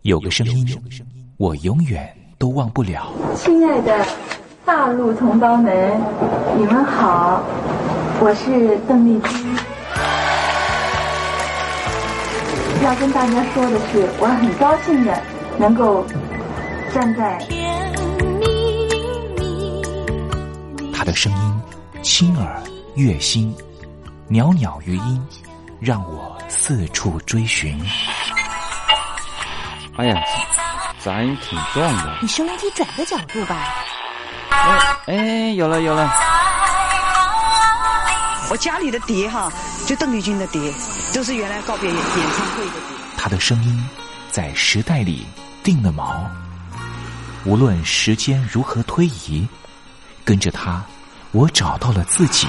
有个声音，我永远都忘不了。 亲爱的大陆同胞们，你们好，我是邓丽君。要跟大家说的是，我很高兴的能够站在他的声音轻耳悦心，袅袅余音，让我四处追寻。 哎呀，咱挺壮的。 你收音机转个角度吧。 哎，有了。 我家里的碟哈，就邓丽君的碟，都是原来告别演唱会的碟。 他的声音在时代里定了锚，无论时间如何推移，跟着他，我找到了自己。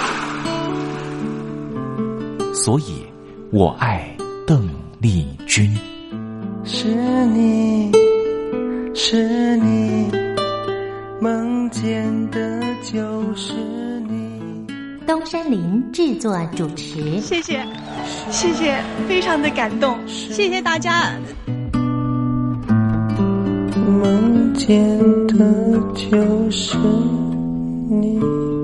所以，我爱邓丽君。 是你，是你，梦见的就是你。 东山林制作主持。 谢谢，非常的感动，谢谢大家。 梦见的就是你。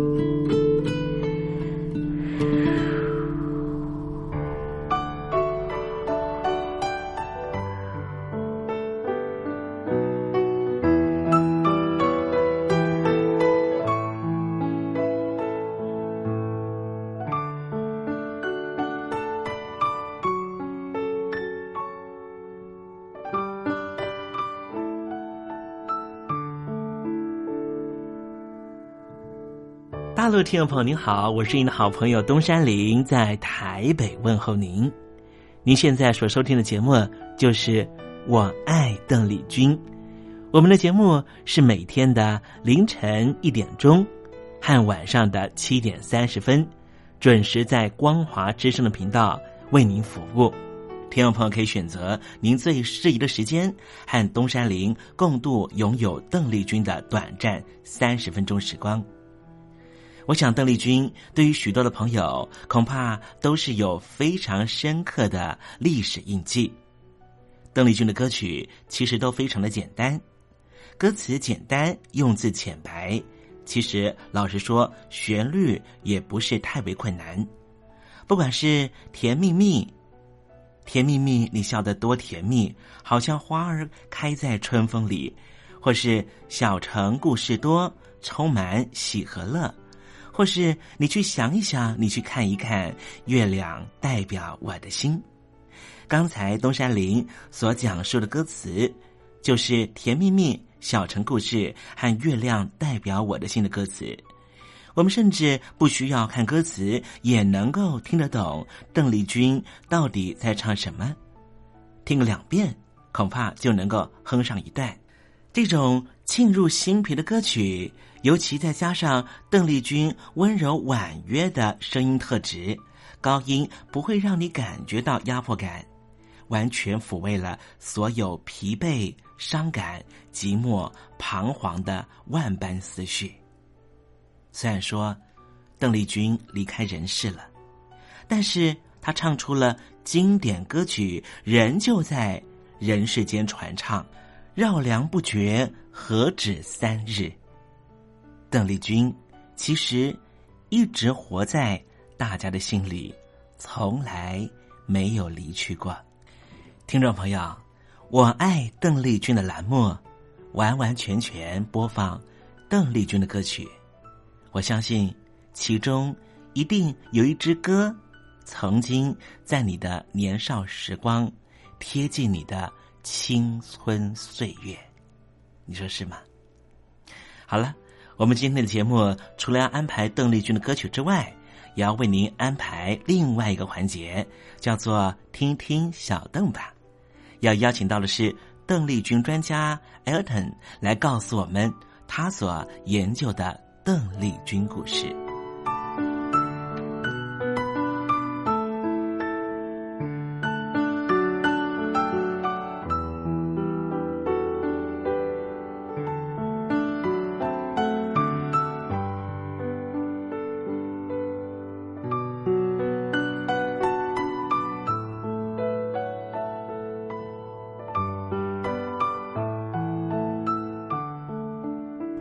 大陆听众朋友您好，我是您的好朋友东山林，在台北问候您。您现在所收听的节目就是我爱邓丽君。我们的节目是每天的凌晨1点钟和晚上的7点30分，准时在光华之声的频道为您服务。听众朋友可以选择您最适宜的时间，和东山林共度拥有邓丽君的短暂30分钟时光。我想邓丽君对于许多的朋友恐怕都是有非常深刻的历史印记。邓丽君的歌曲其实都非常的简单，歌词简单，用字浅白，其实老实说旋律也不是太为困难。不管是甜蜜蜜，甜蜜蜜你笑得多甜蜜，好像花儿开在春风里，或是小城故事多，充满喜和乐，或是你去想一想，你去看一看，月亮代表我的心。刚才东山林所讲述的歌词，就是甜蜜蜜、小城故事和月亮代表我的心的歌词。我们甚至不需要看歌词，也能够听得懂邓丽君到底在唱什么。听个2遍，恐怕就能够哼上一段。这种沁入心脾的歌曲，尤其再加上邓丽君温柔婉约的声音特质，高音不会让你感觉到压迫感，完全抚慰了所有疲惫、伤感、寂寞、彷徨的万般思绪。虽然说邓丽君离开人世了，但是她唱出了经典歌曲，仍旧在人世间传唱，绕梁不绝，何止3日。邓丽君其实一直活在大家的心里，从来没有离去过。听众朋友，我爱邓丽君的栏目完完全全播放邓丽君的歌曲，我相信其中一定有一支歌曾经在你的年少时光贴近你的青春岁月，你说是吗？好了，我们今天的节目除了要安排邓丽君的歌曲之外，也要为您安排另外一个环节，叫做听听小邓吧。要邀请到的是邓丽君专家 Elton 来告诉我们他所研究的邓丽君故事。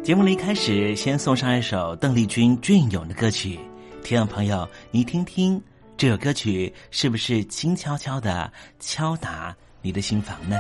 节目的一开始，先送上一首邓丽君隽永的歌曲。听众朋友，你听听这首歌曲是不是轻悄悄的敲打你的心房呢？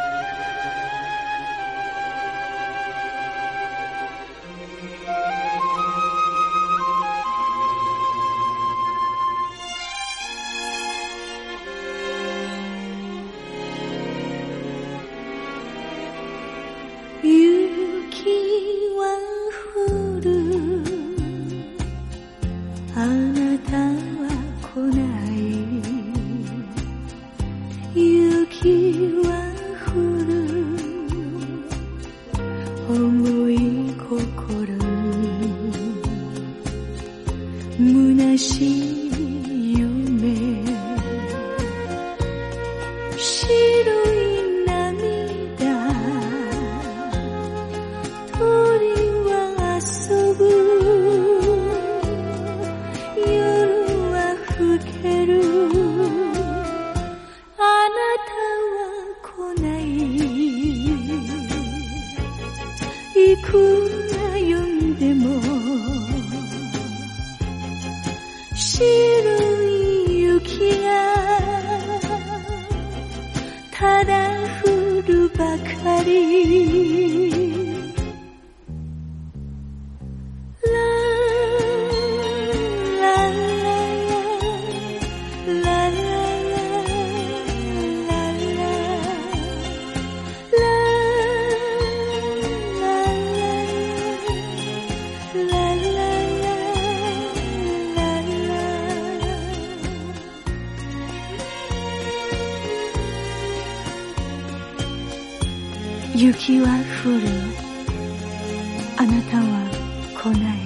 雪は降るあなたは来ない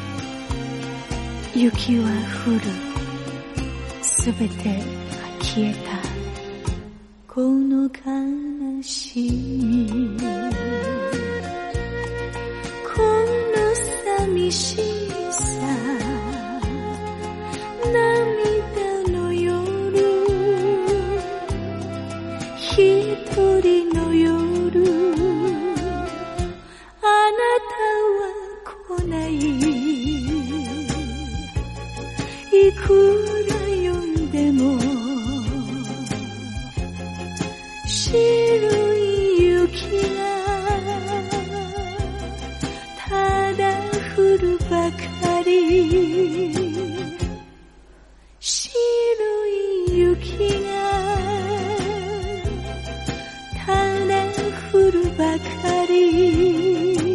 雪は降るすべてが消えたこの悲しみこの寂しさ涙の夜一人の夜いくら読んでも白い雪がただ降るばかり白い雪がただ降るばかり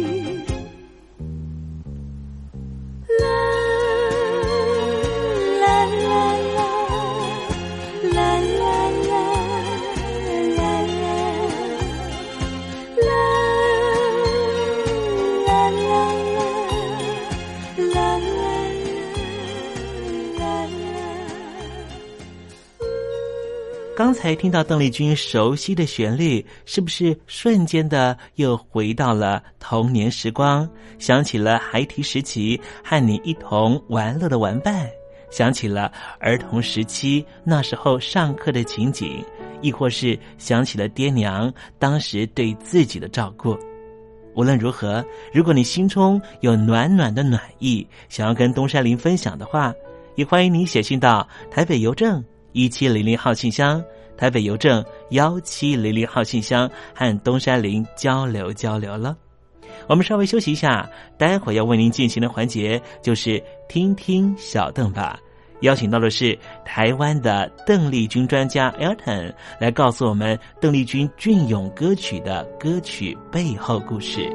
刚才听到邓丽君熟悉的旋律，是不是瞬间的又回到了童年时光，想起了孩提时期和你一同玩乐的玩伴，想起了儿童时期那时候上课的情景，亦或是想起了爹娘当时对自己的照顾。无论如何，如果你心中有暖暖的暖意，想要跟东山林分享的话，也欢迎你写信到台北邮政1700号信箱，台北邮政1700号信箱，和东山林交流了。我们稍微休息一下，待会要为您进行的环节就是听听小邓吧。邀请到的是台湾的邓丽君专家 Elton 来告诉我们邓丽君隽永歌曲的歌曲背后故事。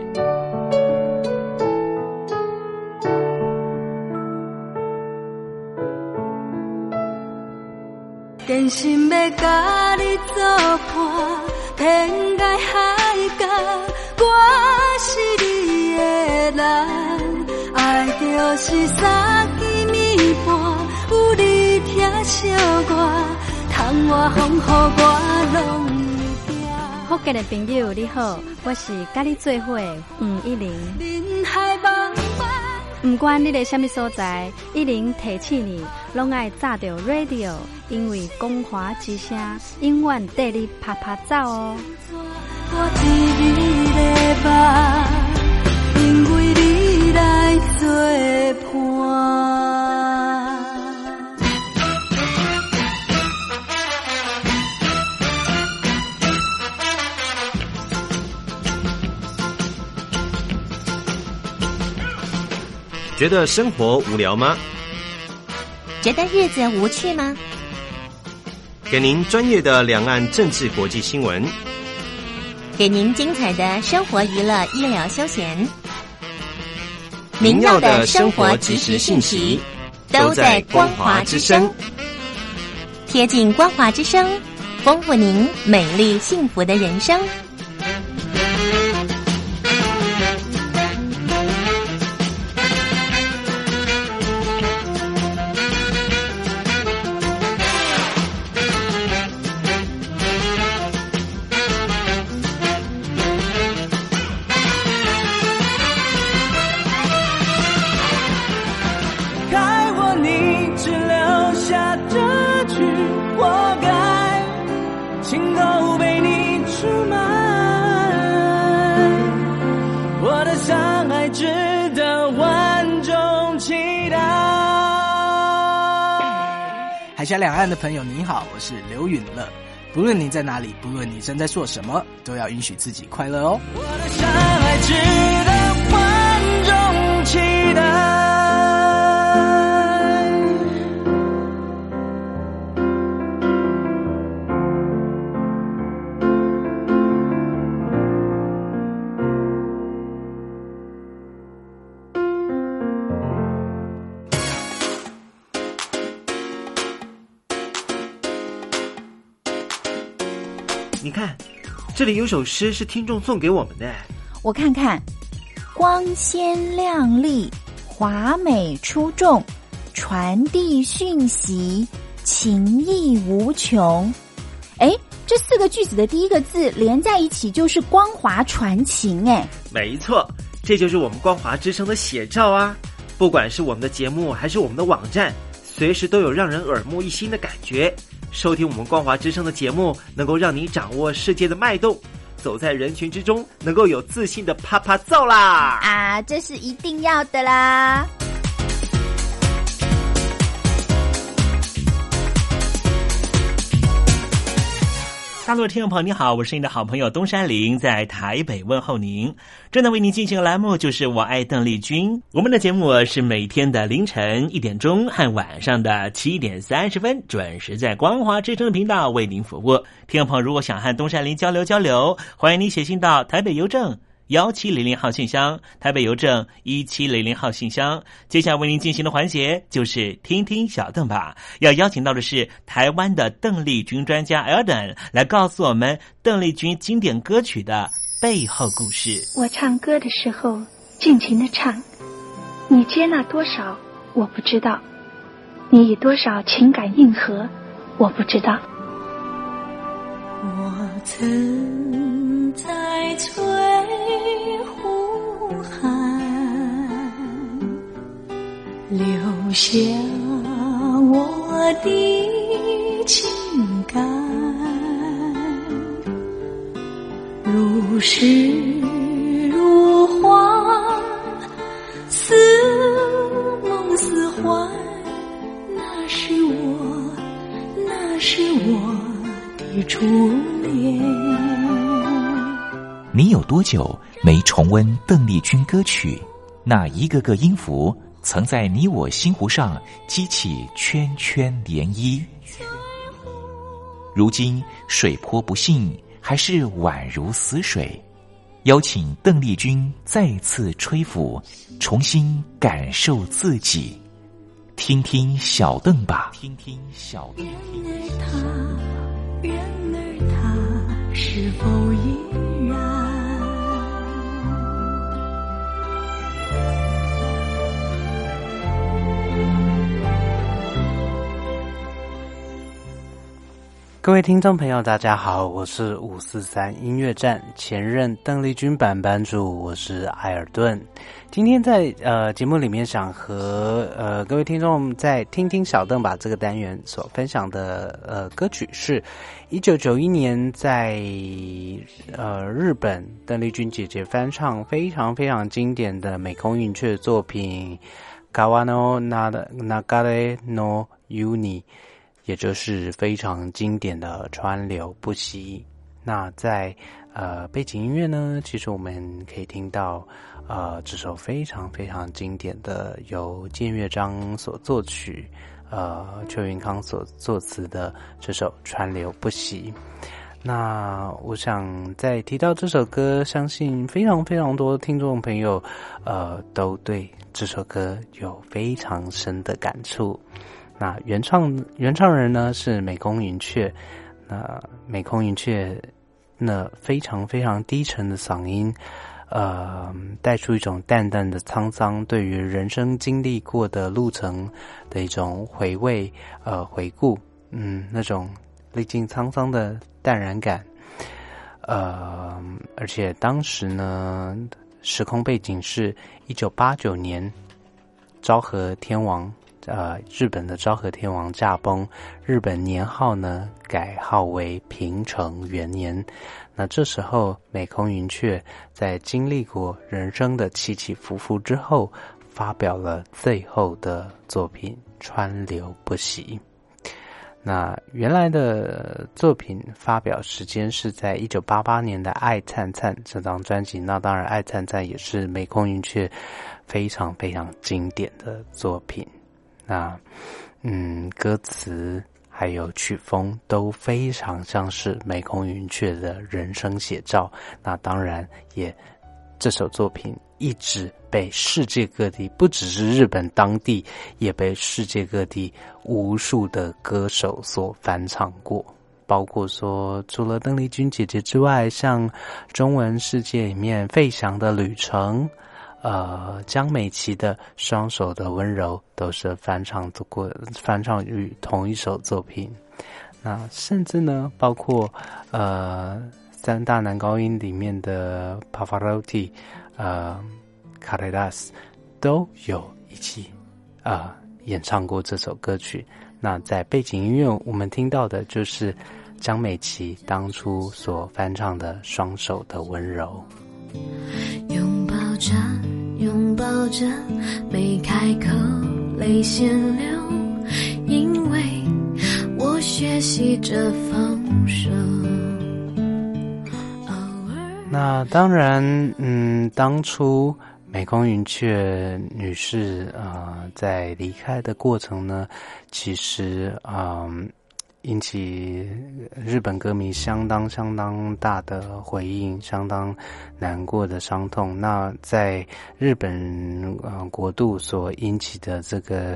真心要甲你作伴，天涯海角，我是你的人，爱就是三更暝半，有你疼惜我，窗外风雨我拢会惊。福建的朋友你好，我是甲你做伙黄一玲。人海茫茫。不管你在什么所在，10提醒你，拢爱炸着 radio， 因为光华之声永远带你啪啪走哦。我一日的梦，因为觉得生活无聊吗？ 觉得日子无趣吗？ 给您专业的两岸政治国际新闻， 给您精彩的生活娱乐医疗休闲，您要的生活即时信息都在光华之声，贴近光华之声，丰富您美丽幸福的人生。 海峡两岸的朋友您好，我是刘允乐。不论你在哪里，不论你正在做什么，都要允许自己快乐哦。我的相爱值得万众期待。 你看，这里有首诗是听众送给我们的。 我看看，光鲜亮丽，华美出众，传递讯息，情意无穷。哎，这4个句子的第一个字连在一起就是光华传情。哎， 没错，这就是我们光华之声的写照啊！不管是我们的节目还是我们的网站，随时都有让人耳目一新的感觉。收听我们光华之声的节目，能够让你掌握世界的脉动，走在人群之中，能够有自信的啪啪照啦！ 啊，这是一定要的啦！ 大陆的听众朋友你好，我是你的好朋友东山林，在台北问候您。正在为您进行的栏目就是我爱邓丽君，我们的节目是每天的凌晨1点钟和晚上的7点30分准时在光华之声频道为您服务。听众朋友如果想和东山林交流，欢迎您写信到台北邮政1700号信箱，台北邮政1700号信箱。接下来为您进行的环节就是听听小邓吧，要邀请到的是台湾的邓丽君专家 Elden 来告诉我们邓丽君经典歌曲的背后故事。 我唱歌的时候尽情地唱，你接纳多少我不知道，你以多少情感应和我不知道。 我曾在翠湖畔留下我的情感，如诗如画，似梦似幻，那是我的初恋。 你有多久没重温邓丽君歌曲？那一个个音符曾在你我心湖上激起圈圈涟漪。如今水波不兴，还是宛如死水。邀请邓丽君再次吹拂，重新感受自己。听听小邓吧，听听小邓。 然而他是否依然？ 各位听众朋友大家好，我是543音乐站前任邓丽君版版主，我是艾尔顿。今天在节目里面想和各位听众在听听小邓吧这个单元所分享的歌曲是1991年在日本邓丽君姐姐翻唱非常非常经典的美空云雀作品 Kawa no Nagare no Yuni， 也就是非常经典的川流不息。 那在背景音乐呢，其实我们可以听到这首非常非常经典的由建乐章所作曲，邱云康所作词的这首《川流不息》。那我想在提到这首歌，相信非常非常多听众朋友都对这首歌有非常深的感触。那原唱人呢是美空云雀，那美空云雀那非常非常低沉的嗓音，带出一种淡淡的沧桑，对于人生经历过的路程的一种回味，回顾，那种历尽沧桑的淡然感，而且当时呢，时空背景是1989年，昭和天王，日本的昭和天王驾崩，日本年号呢改号为平成元年。那这时候美空云雀在经历过人生的起起伏伏之后，发表了最后的作品《川流不息》。那原来的作品发表时间是在1988年的《爱灿灿》这张专辑，那当然《爱灿灿》也是美空云雀非常非常经典的作品。那歌词还有曲风都非常像是美空云雀的人生写照。那当然也这首作品一直被世界各地，不只是日本当地，也被世界各地无数的歌手所翻唱过，包括说除了邓丽君姐姐之外，像中文世界里面费翔的《旅程》，江美琪的《双手的温柔》都是翻唱于同一首作品。那甚至呢，包括三大男高音里面的 Pavarotti、Callejas 都有一起演唱过这首歌曲。那在背景音乐我们听到的就是江美琪当初所翻唱的《双手的温柔》。 拥抱着拥抱着，没开口泪先流，因为我学习着放手。 那当然当初美空云雀女士在离开的过程呢，其实引起日本歌迷相当大的回应，相当难过的伤痛。那在日本国度所引起的这个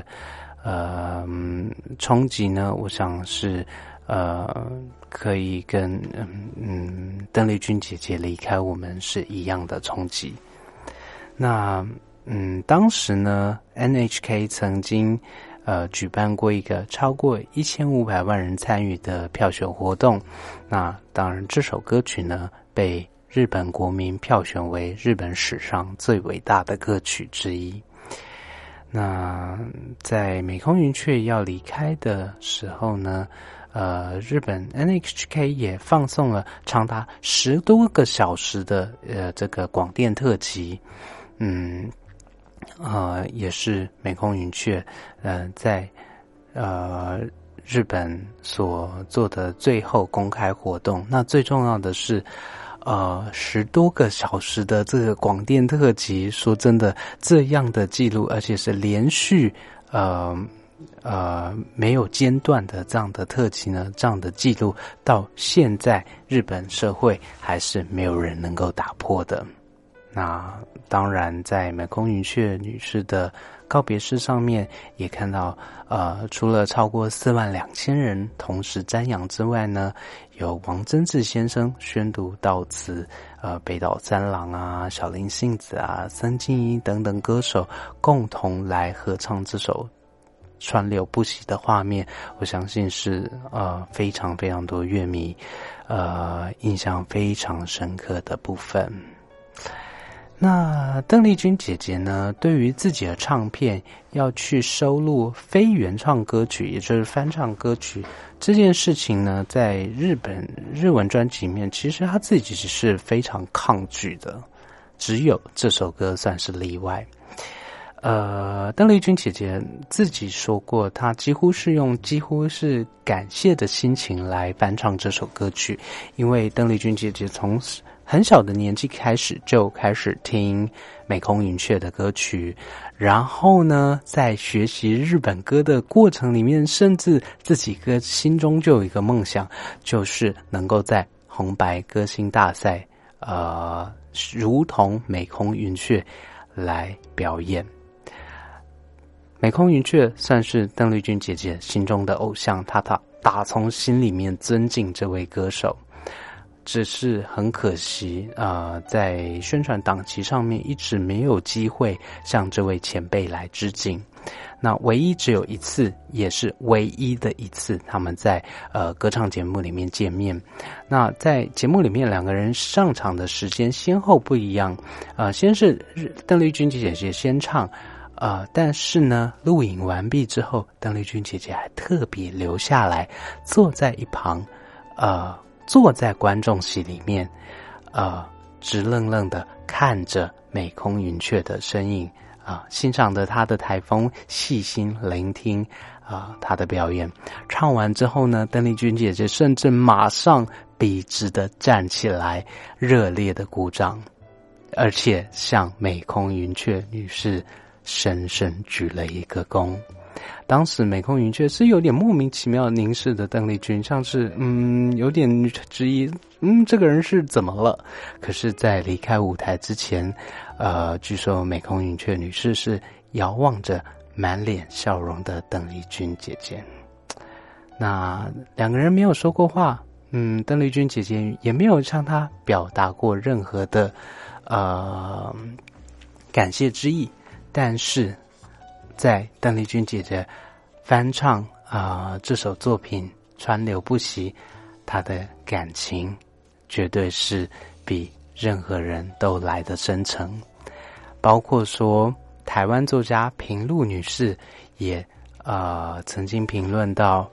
冲击呢，我想是可以跟邓丽君姐姐离开我们是一样的冲击。那当时呢 NHK 曾经举办过一个超过1500万人参与的票选活动。那当然这首歌曲呢被日本国民票选为日本史上最伟大的歌曲之一。那在美空云雀要离开的时候呢，日本 NHK 也放送了长达10多个小时的这个广电特辑。也是美空云雀在日本所做的最后公开活动。那最重要的是10多个小时的这个广电特辑，说真的这样的记录，而且是连续没有间断的这样的特辑呢，这样的记录到现在日本社会还是没有人能够打破的。那当然在美空云雀女士的告别式上面也看到除了超过42000人同时瞻仰之外呢，有王贞治先生宣读悼词，北岛三郎啊、小林幸子啊、森进一等等歌手共同来合唱这首川流不息的画面，我相信是非常非常多乐迷印象非常深刻的部分。那邓丽君姐姐呢，对于自己的唱片要去收录非原创歌曲，也就是翻唱歌曲这件事情呢，在日文专辑里面，其实她自己是非常抗拒的，只有这首歌算是例外。 邓丽君姐姐自己说过，她几乎是感谢的心情来翻唱这首歌曲，因为邓丽君姐姐从很小的年纪开始就开始听美空云雀的歌曲，然后呢，在学习日本歌的过程里面，甚至自己心中就有一个梦想，就是能够在红白歌星大赛，如同美空云雀来表演。美空云雀算是邓丽君姐姐心中的偶像，她打从心里面尊敬这位歌手，只是很可惜，在宣传档期上面一直没有机会向这位前辈来致敬。那唯一只有一次，也是唯一的一次，他们在歌唱节目里面见面。那在节目里面，两个人上场的时间先后不一样，先是邓丽君姐姐先唱。但是呢，录影完毕之后，邓丽君姐姐还特别留下来，坐在一旁，坐在观众席里面，直愣愣的看着美空云雀的身影，欣赏着她的台风，细心聆听她的表演。唱完之后呢，邓丽君姐姐甚至马上笔直的站起来，热烈的鼓掌，而且向美空云雀女士深深鞠了一个躬。当时美空云雀是有点莫名其妙凝视的邓丽君，像是有点质疑这个人是怎么了。可是在离开舞台之前，据说美空云雀女士是遥望着满脸笑容的邓丽君姐姐。那两个人没有说过话，邓丽君姐姐也没有向她表达过任何的感谢之意。但是在邓丽君姐姐翻唱这首作品川流不息，她的感情绝对是比任何人都来得深沉。包括说台湾作家平路女士也曾经评论到，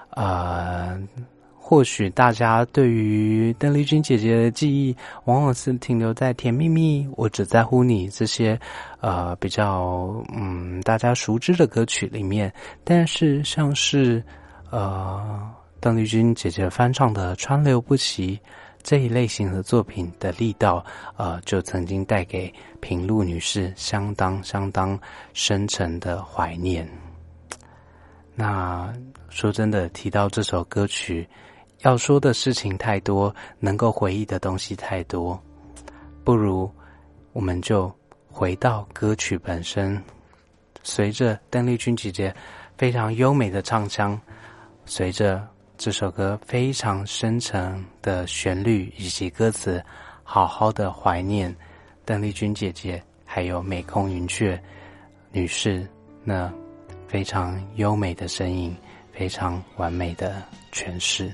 或许大家对于邓丽君姐姐的记忆往往是停留在甜蜜蜜，我只在乎你这些比较大家熟知的歌曲里面，但是像是邓丽君姐姐翻唱的川流不息这一类型的作品的力道，就曾经带给平路女士相当深沉的怀念。那说真的，提到这首歌曲，要说的事情太多，能够回忆的东西太多，不如我们就回到歌曲本身。随着邓丽君姐姐非常优美的唱腔，随着这首歌非常深沉的旋律以及歌词，好好的怀念邓丽君姐姐还有美空云雀女士那非常优美的声音，非常完美的诠释。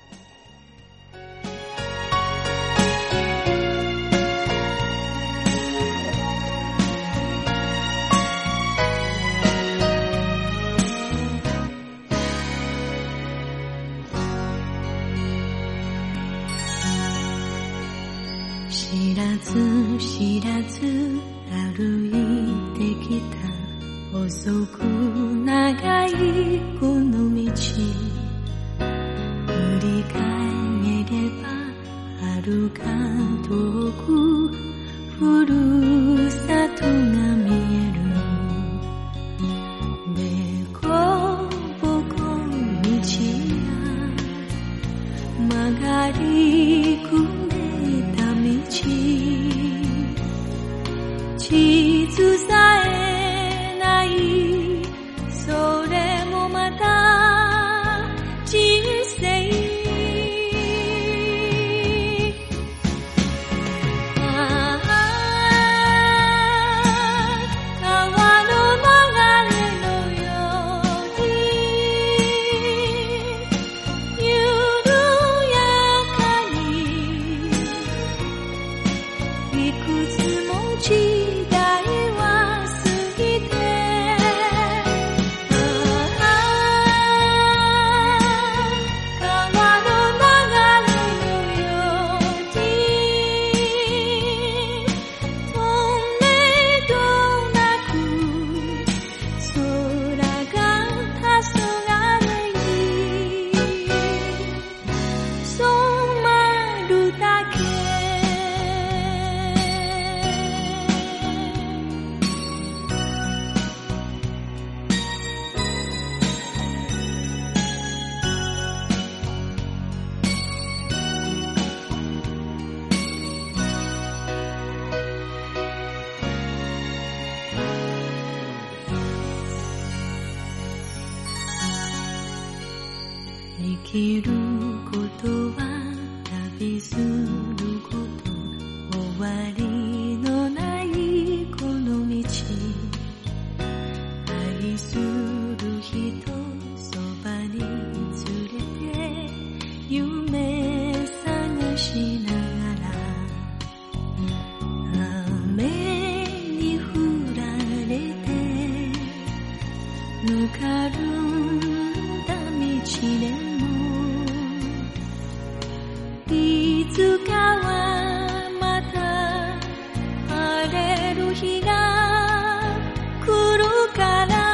知らず歩いてきた細く長いこの道振り返れば遥か遠くふるさとが見えるでこぼこ道が曲がりくねた道地図さえないそれもまた人生川の流れのように緩やかにいくつも時代は過ぎて川の流れのようにトンネルなくきることは旅すること終わりのないこの道愛する人そばに連れて夢探しながら雨に降られてぬかるんだ道でもいつかはまた晴れる日が来るから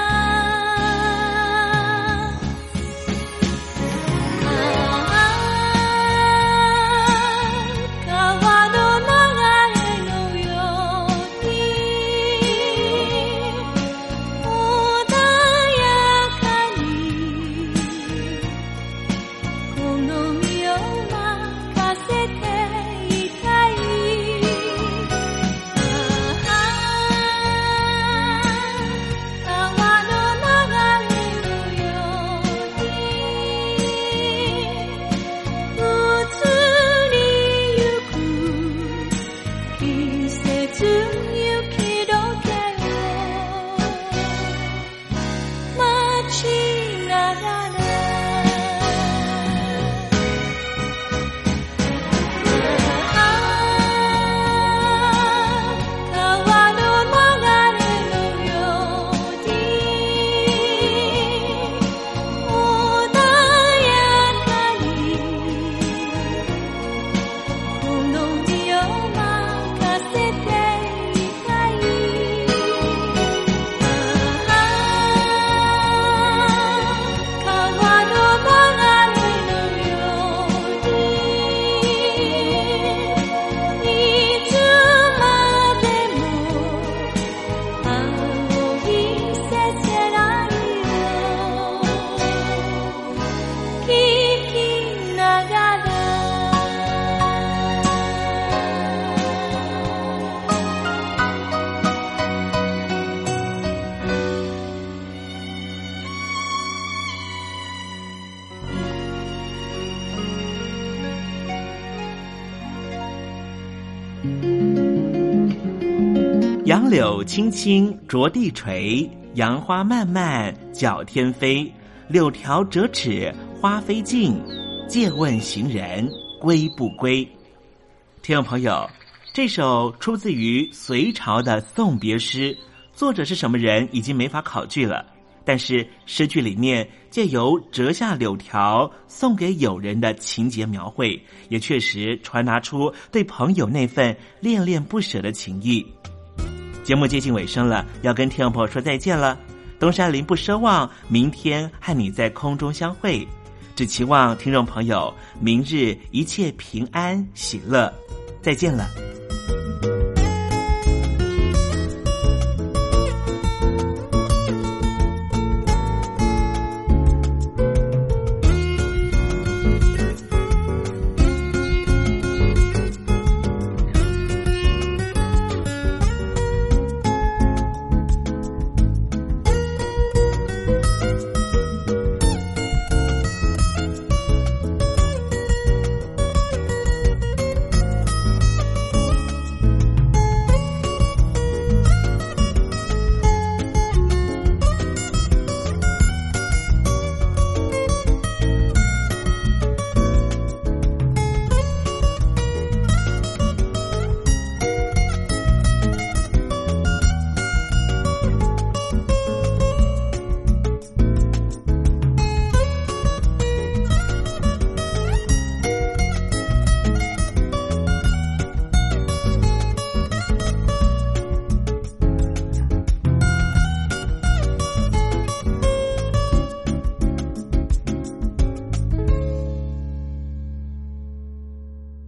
杨柳青青着地垂，杨花漫漫搅天飞。柳条折尺花飞尽，借问行人归不归？听众朋友，这首出自于隋朝的送别诗，作者是什么人已经没法考据了。但是诗句里面借由折下柳条送给友人的情节描绘，也确实传达出对朋友那份恋恋不舍的情谊。节目接近尾声了，要跟听众朋友说再见了。东山林不奢望明天和你在空中相会，只期望听众朋友明日一切平安喜乐。再见了。